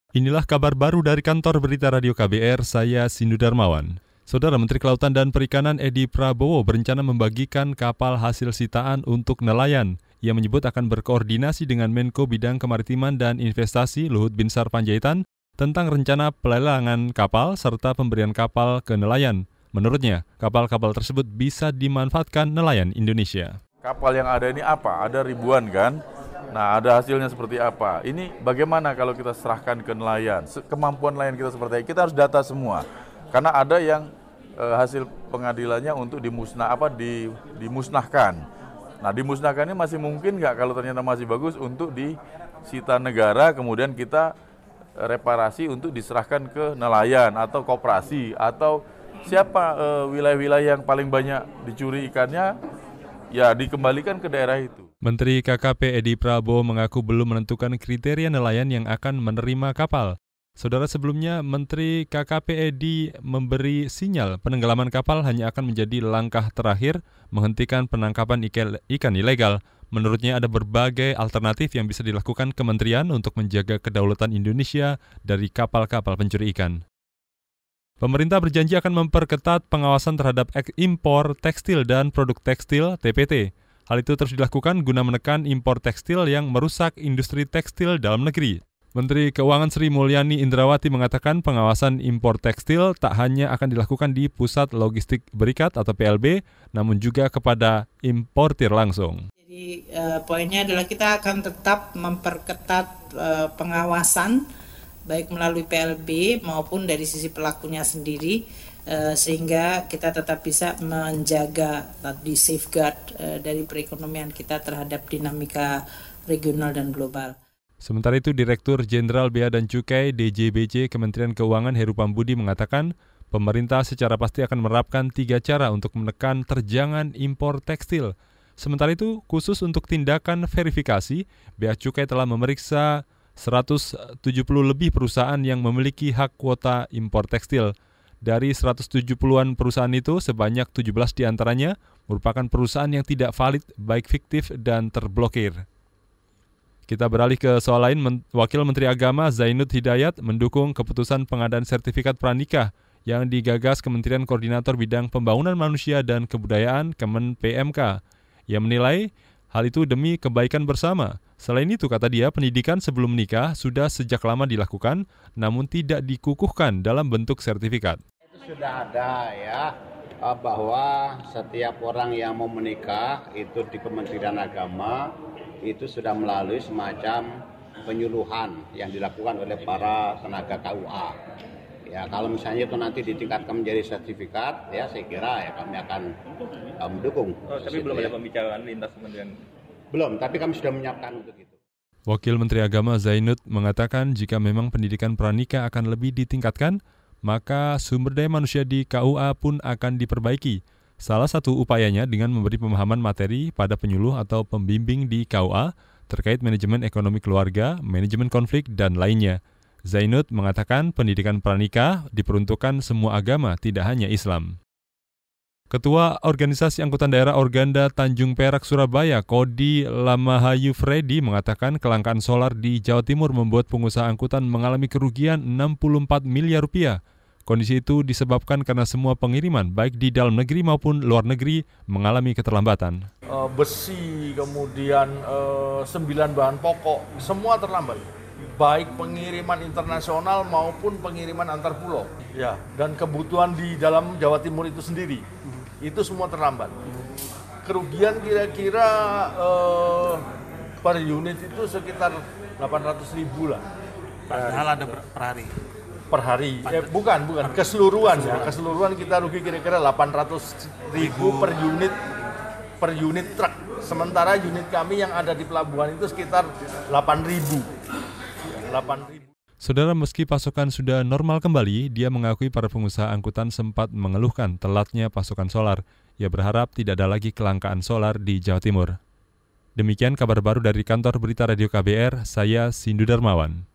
Inilah kabar baru dari kantor berita Radio KBR, saya Sindu Darmawan. Saudara Menteri Kelautan dan Perikanan Edi Prabowo berencana membagikan kapal hasil sitaan untuk nelayan. Ia menyebut akan berkoordinasi dengan Menko Bidang Kemaritiman dan Investasi Luhut Binsar Panjaitan tentang rencana pelelangan kapal serta pemberian kapal ke nelayan. Menurutnya, kapal-kapal tersebut bisa dimanfaatkan nelayan Indonesia. Kapal yang ada ini apa? Ada ribuan kan? Nah, ada hasilnya seperti apa? Ini bagaimana kalau kita serahkan ke nelayan? Kemampuan nelayan kita seperti apa? Kita harus data semua. Karena ada yang hasil pengadilannya untuk dimusnahkan. Nah, dimusnahkan ini masih mungkin nggak kalau ternyata masih bagus untuk disita negara, kemudian kita reparasi untuk diserahkan ke nelayan atau koperasi atau siapa wilayah-wilayah yang paling banyak dicuri ikannya, ya dikembalikan ke daerah itu. Menteri KKP Edi Prabowo mengaku belum menentukan kriteria nelayan yang akan menerima kapal. Saudara, sebelumnya Menteri KKP Edi memberi sinyal penenggelaman kapal hanya akan menjadi langkah terakhir menghentikan penangkapan ikan ilegal. Menurutnya ada berbagai alternatif yang bisa dilakukan kementerian untuk menjaga kedaulatan Indonesia dari kapal-kapal pencuri ikan. Pemerintah berjanji akan memperketat pengawasan terhadap impor tekstil dan produk tekstil (TPT). Hal itu terus dilakukan guna menekan impor tekstil yang merusak industri tekstil dalam negeri. Menteri Keuangan Sri Mulyani Indrawati mengatakan pengawasan impor tekstil tak hanya akan dilakukan di Pusat Logistik Berikat atau PLB, namun juga kepada importir langsung. Jadi poinnya adalah kita akan tetap memperketat pengawasan baik melalui PLB maupun dari sisi pelakunya sendiri, sehingga kita tetap bisa menjaga tadi safeguard dari perekonomian kita terhadap dinamika regional dan global. Sementara itu, Direktur Jenderal Bea dan Cukai DJBC Kementerian Keuangan Heru Pambudi mengatakan pemerintah secara pasti akan menerapkan 3 cara untuk menekan terjangan impor tekstil. Sementara itu, khusus untuk tindakan verifikasi, Bea Cukai telah memeriksa 170 lebih perusahaan yang memiliki hak kuota impor tekstil. Dari 170-an perusahaan itu, sebanyak 17 diantaranya merupakan perusahaan yang tidak valid, baik fiktif dan terblokir. Kita beralih ke soal lain. Wakil Menteri Agama Zainud Hidayat mendukung keputusan pengadaan sertifikat pranikah yang digagas Kementerian Koordinator Bidang Pembangunan Manusia dan Kebudayaan Kemen PMK. Ia menilai hal itu demi kebaikan bersama. Selain itu, kata dia, pendidikan sebelum menikah sudah sejak lama dilakukan, namun tidak dikukuhkan dalam bentuk sertifikat. Itu sudah ada ya, bahwa setiap orang yang mau menikah itu di Kementerian Agama itu sudah melalui semacam penyuluhan yang dilakukan oleh para tenaga KUA. Ya, kalau misalnya itu nanti ditingkatkan menjadi sertifikat, ya saya kira ya kami akan mendukung. Tapi belum ada pembicaraan lintas kementerian. Belum, tapi kami sudah menyiapkan untuk itu. Wakil Menteri Agama Zainud mengatakan jika memang pendidikan pranikah akan lebih ditingkatkan, maka sumber daya manusia di KUA pun akan diperbaiki. Salah satu upayanya dengan memberi pemahaman materi pada penyuluh atau pembimbing di KUA terkait manajemen ekonomi keluarga, manajemen konflik, dan lainnya. Zainud mengatakan pendidikan pranikah diperuntukkan semua agama, tidak hanya Islam. Ketua Organisasi Angkutan Daerah Organda Tanjung Perak, Surabaya, Kodi Lamahayu Freddy mengatakan kelangkaan solar di Jawa Timur membuat pengusaha angkutan mengalami kerugian 64 miliar rupiah. Kondisi itu disebabkan karena semua pengiriman, baik di dalam negeri maupun luar negeri, mengalami keterlambatan. Besi, kemudian 9 bahan pokok, semua terlambat. Baik pengiriman internasional maupun pengiriman antar pulau. Ya, dan kebutuhan di dalam Jawa Timur itu sendiri. Itu semua terlambat. Kerugian kira-kira per unit itu sekitar 800.000 lah. Padahal ada per hari. Per hari. Bukan. Keseluruhan ya. Keseluruhan kita rugi kira-kira 800.000 per unit truk. Sementara unit kami yang ada di pelabuhan itu sekitar 8.000. Saudara, meski pasokan sudah normal kembali, dia mengakui para pengusaha angkutan sempat mengeluhkan telatnya pasokan solar. Ia berharap tidak ada lagi kelangkaan solar di Jawa Timur. Demikian kabar baru dari kantor berita Radio KBR, saya Sindu Darmawan.